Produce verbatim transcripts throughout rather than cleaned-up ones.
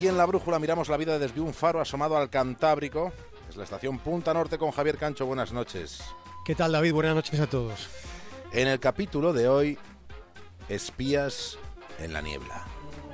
Y en La Brújula miramos la vida desde un faro asomado al Cantábrico. Es la estación Punta Norte con Javier Cancho. Buenas noches. ¿Qué tal, David? Buenas noches a todos. En el capítulo de hoy, espías en la niebla.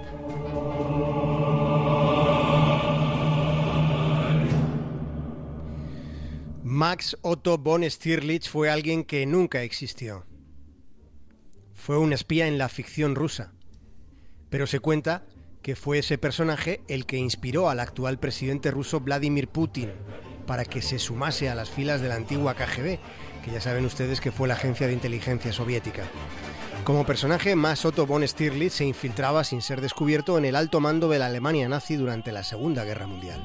Max Otto von Stirlitz fue alguien que nunca existió. Fue un espía en la ficción rusa. Pero se cuenta que fue ese personaje el que inspiró al actual presidente ruso Vladimir Putin para que se sumase a las filas de la antigua K G B, que ya saben ustedes que fue la agencia de inteligencia soviética. Como personaje, Max Otto von Stirlitz se infiltraba sin ser descubierto en el alto mando de la Alemania nazi durante la Segunda Guerra Mundial.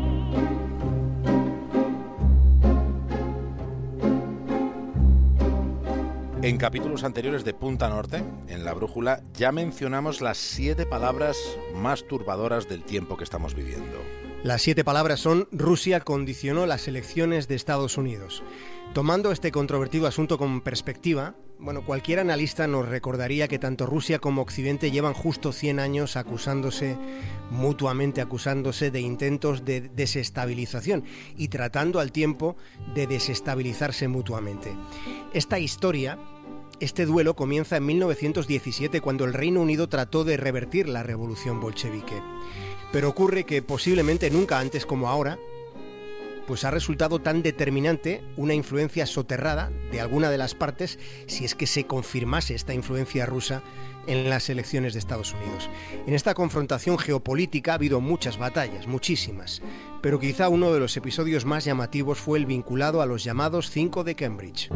En capítulos anteriores de Punta Norte, en La Brújula, ya mencionamos las siete palabras más turbadoras del tiempo que estamos viviendo. Las siete palabras son: Rusia condicionó las elecciones de Estados Unidos. Tomando este controvertido asunto con perspectiva, bueno, cualquier analista nos recordaría que tanto Rusia como Occidente llevan justo cien años acusándose, mutuamente acusándose de intentos de desestabilización y tratando al tiempo de desestabilizarse mutuamente. Esta historia, este duelo comienza en mil novecientos diecisiete, cuando el Reino Unido trató de revertir la revolución bolchevique. Pero ocurre que posiblemente nunca antes como ahora, pues ha resultado tan determinante una influencia soterrada de alguna de las partes, si es que se confirmase esta influencia rusa en las elecciones de Estados Unidos. En esta confrontación geopolítica ha habido muchas batallas, muchísimas, pero quizá uno de los episodios más llamativos fue el vinculado a los llamados cinco de Cambridge.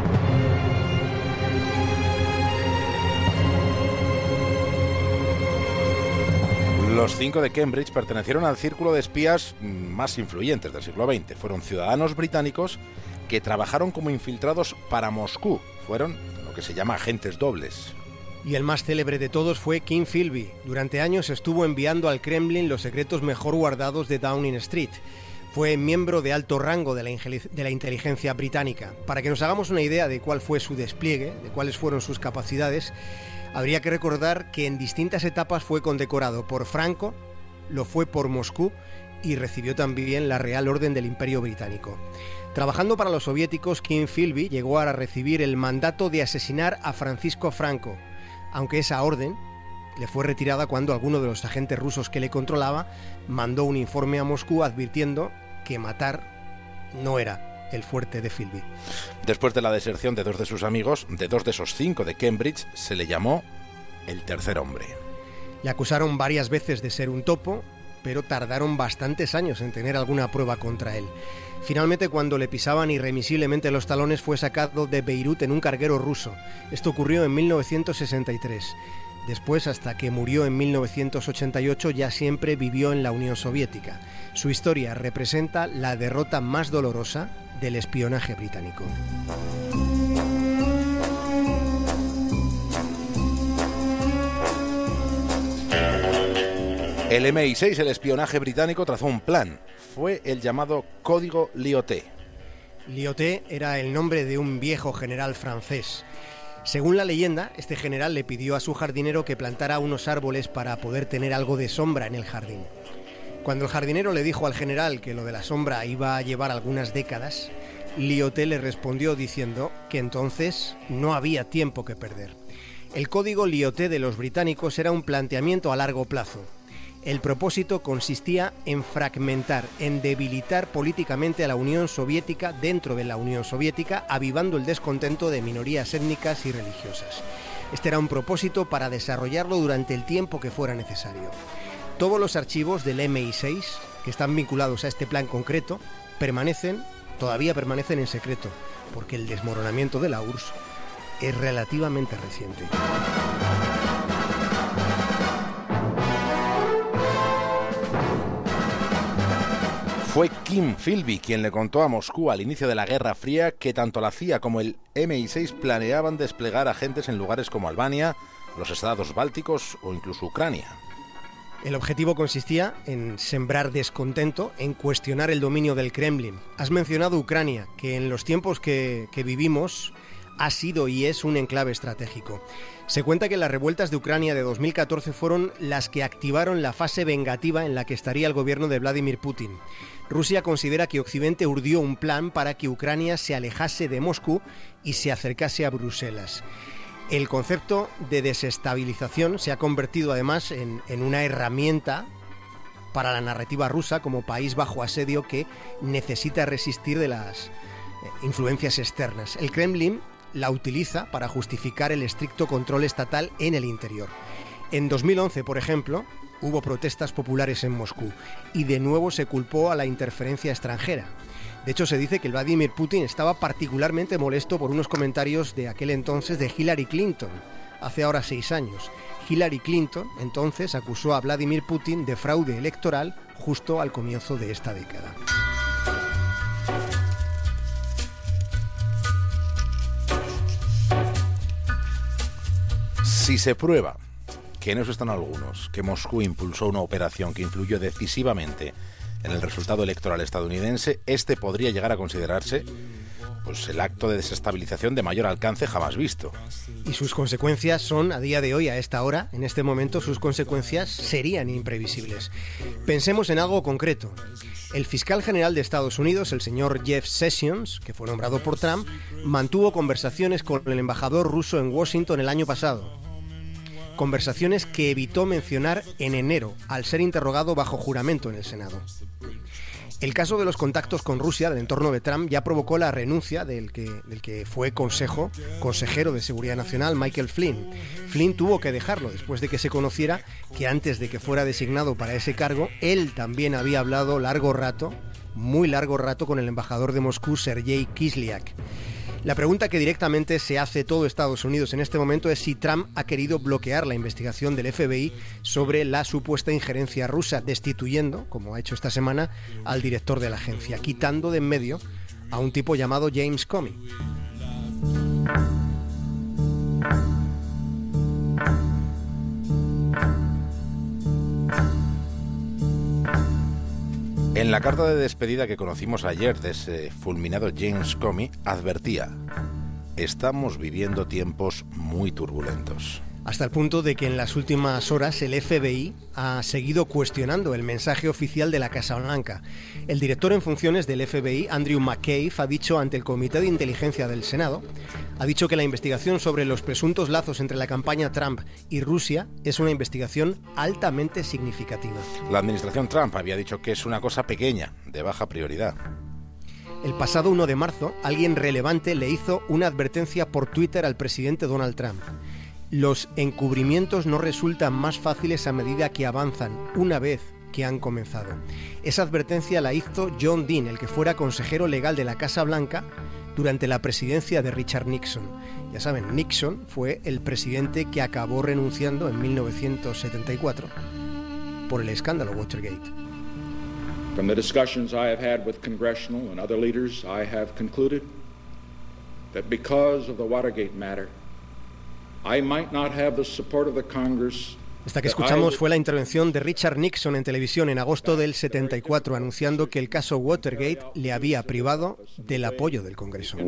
Los cinco de Cambridge pertenecieron al círculo de espías más influyentes del siglo veinte. Fueron ciudadanos británicos que trabajaron como infiltrados para Moscú. Fueron lo que se llama agentes dobles. Y el más célebre de todos fue King Philby. Durante años estuvo enviando al Kremlin los secretos mejor guardados de Downing Street. Fue miembro de alto rango de la, de la inteligencia británica. Para que nos hagamos una idea de cuál fue su despliegue, de cuáles fueron sus capacidades, habría que recordar que en distintas etapas fue condecorado por Franco, lo fue por Moscú y recibió también la Real Orden del Imperio Británico. Trabajando para los soviéticos, King Philby llegó a recibir el mandato de asesinar a Francisco Franco, aunque esa orden le fue retirada cuando alguno de los agentes rusos que le controlaba mandó un informe a Moscú advirtiendo que matar no era el fuerte de Philby. Después de la deserción de dos de sus amigos, de dos de esos cinco de Cambridge, se le llamó el tercer hombre. Le acusaron varias veces de ser un topo, pero tardaron bastantes años en tener alguna prueba contra él. Finalmente, cuando le pisaban irremisiblemente los talones, fue sacado de Beirut en un carguero ruso. Esto ocurrió en mil novecientos sesenta y tres. Después, hasta que murió en mil novecientos ochenta y ocho, ya siempre vivió en la Unión Soviética. Su historia representa la derrota más dolorosa del espionaje británico. El eme i seis, el espionaje británico, trazó un plan. Fue el llamado Código Lyoté. Lyoté era el nombre de un viejo general francés. Según la leyenda, este general le pidió a su jardinero que plantara unos árboles para poder tener algo de sombra en el jardín. Cuando el jardinero le dijo al general que lo de la sombra iba a llevar algunas décadas, Lyoté le respondió diciendo que entonces no había tiempo que perder. El código Lyoté de los británicos era un planteamiento a largo plazo. El propósito consistía en fragmentar, en debilitar políticamente a la Unión Soviética dentro de la Unión Soviética, avivando el descontento de minorías étnicas y religiosas. Este era un propósito para desarrollarlo durante el tiempo que fuera necesario. Todos los archivos del eme i seis que están vinculados a este plan concreto permanecen, todavía permanecen en secreto, porque el desmoronamiento de la U R S S es relativamente reciente. Fue King Philby quien le contó a Moscú al inicio de la Guerra Fría que tanto la C I A como el eme i seis planeaban desplegar agentes en lugares como Albania, los estados bálticos o incluso Ucrania. El objetivo consistía en sembrar descontento, en cuestionar el dominio del Kremlin. Has mencionado Ucrania, que en los tiempos que, que vivimos ha sido y es un enclave estratégico. Se cuenta que las revueltas de Ucrania de dos mil catorce fueron las que activaron la fase vengativa en la que estaría el gobierno de Vladimir Putin. Rusia considera que Occidente urdió un plan para que Ucrania se alejase de Moscú y se acercase a Bruselas. El concepto de desestabilización se ha convertido además en, en una herramienta para la narrativa rusa como país bajo asedio que necesita resistir de las influencias externas. El Kremlin la utiliza para justificar el estricto control estatal en el interior. En dos mil once, por ejemplo, hubo protestas populares en Moscú y de nuevo se culpó a la interferencia extranjera. De hecho, se dice que Vladimir Putin estaba particularmente molesto por unos comentarios de aquel entonces de Hillary Clinton, hace ahora seis años. Hillary Clinton entonces acusó a Vladimir Putin de fraude electoral justo al comienzo de esta década. Si se prueba, que en eso están algunos, que Moscú impulsó una operación que influyó decisivamente en el resultado electoral estadounidense, este podría llegar a considerarse pues, el acto de desestabilización de mayor alcance jamás visto. Y sus consecuencias son, a día de hoy, a esta hora, en este momento, sus consecuencias serían imprevisibles. Pensemos en algo concreto. El fiscal general de Estados Unidos, el señor Jeff Sessions, que fue nombrado por Trump, mantuvo conversaciones con el embajador ruso en Washington el año pasado. Conversaciones que evitó mencionar en enero, al ser interrogado bajo juramento en el Senado. El caso de los contactos con Rusia del entorno de Trump ya provocó la renuncia del que, del que fue consejo, consejero de Seguridad Nacional, Michael Flynn. Flynn tuvo que dejarlo después de que se conociera que antes de que fuera designado para ese cargo, él también había hablado largo rato, muy largo rato, con el embajador de Moscú, Sergei Kislyak. La pregunta que directamente se hace todo Estados Unidos en este momento es si Trump ha querido bloquear la investigación del F B I sobre la supuesta injerencia rusa, destituyendo, como ha hecho esta semana, al director de la agencia, quitando de en medio a un tipo llamado James Comey. En la carta de despedida que conocimos ayer de ese fulminado James Comey, advertía: estamos viviendo tiempos muy turbulentos. Hasta el punto de que en las últimas horas el F B I ha seguido cuestionando el mensaje oficial de la Casa Blanca. El director en funciones del F B I, Andrew McCabe, ha dicho ante el Comité de Inteligencia del Senado, ha dicho que la investigación sobre los presuntos lazos entre la campaña Trump y Rusia es una investigación altamente significativa. La administración Trump había dicho que es una cosa pequeña, de baja prioridad. El pasado uno de marzo, alguien relevante le hizo una advertencia por Twitter al presidente Donald Trump. Los encubrimientos no resultan más fáciles a medida que avanzan, una vez que han comenzado. Esa advertencia la hizo John Dean, el que fuera consejero legal de la Casa Blanca durante la presidencia de Richard Nixon. Ya saben, Nixon fue el presidente que acabó renunciando en mil novecientos setenta y cuatro por el escándalo Watergate. From the discussions I have had with congressional and other leaders, I have concluded that because of the Watergate matter, I might not have the support of the Congress. Esta que escuchamos fue la intervención de Richard Nixon en televisión en agosto del setenta y cuatro, anunciando que el caso Watergate le había privado del apoyo del Congreso.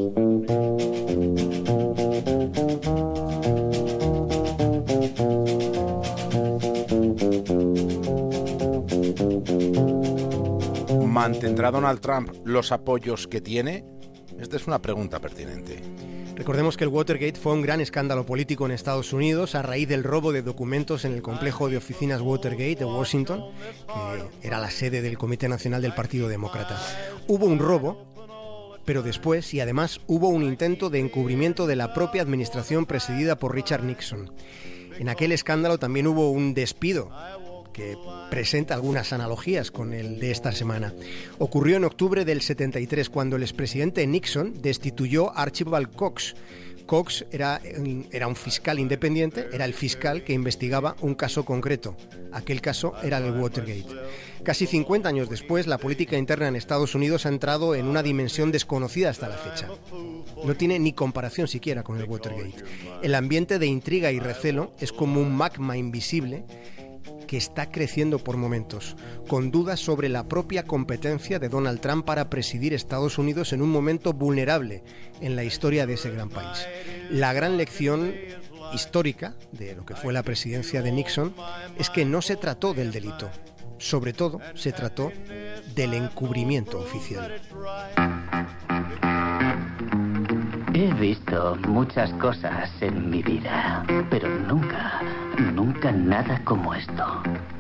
¿Mantendrá Donald Trump los apoyos que tiene? Esta es una pregunta pertinente. Recordemos que el Watergate fue un gran escándalo político en Estados Unidos a raíz del robo de documentos en el complejo de oficinas Watergate de Washington, que era la sede del Comité Nacional del Partido Demócrata. Hubo un robo, pero después, y además, hubo un intento de encubrimiento de la propia administración presidida por Richard Nixon. En aquel escándalo también hubo un despido que presenta algunas analogías con el de esta semana. Ocurrió en octubre del setenta y tres, cuando el expresidente Nixon destituyó a Archibald Cox. Cox era, era un fiscal independiente, era el fiscal que investigaba un caso concreto. Aquel caso era el Watergate. Casi cincuenta años después, la política interna en Estados Unidos ha entrado en una dimensión desconocida hasta la fecha. No tiene ni comparación siquiera con el Watergate. El ambiente de intriga y recelo es como un magma invisible que está creciendo por momentos, con dudas sobre la propia competencia de Donald Trump para presidir Estados Unidos en un momento vulnerable en la historia de ese gran país. La gran lección histórica de lo que fue la presidencia de Nixon es que no se trató del delito, sobre todo se trató del encubrimiento oficial. He visto muchas cosas en mi vida, pero nunca, nunca nada como esto.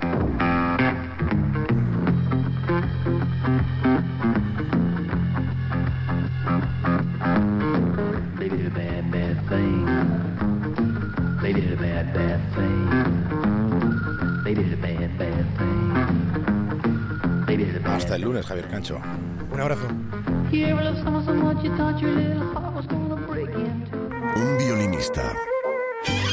They did a bad, bad thing. They did a bad, bad thing. They did a bad, bad thing. They did a bad. Hasta el lunes, Javier Cancho. Un abrazo. Un violinista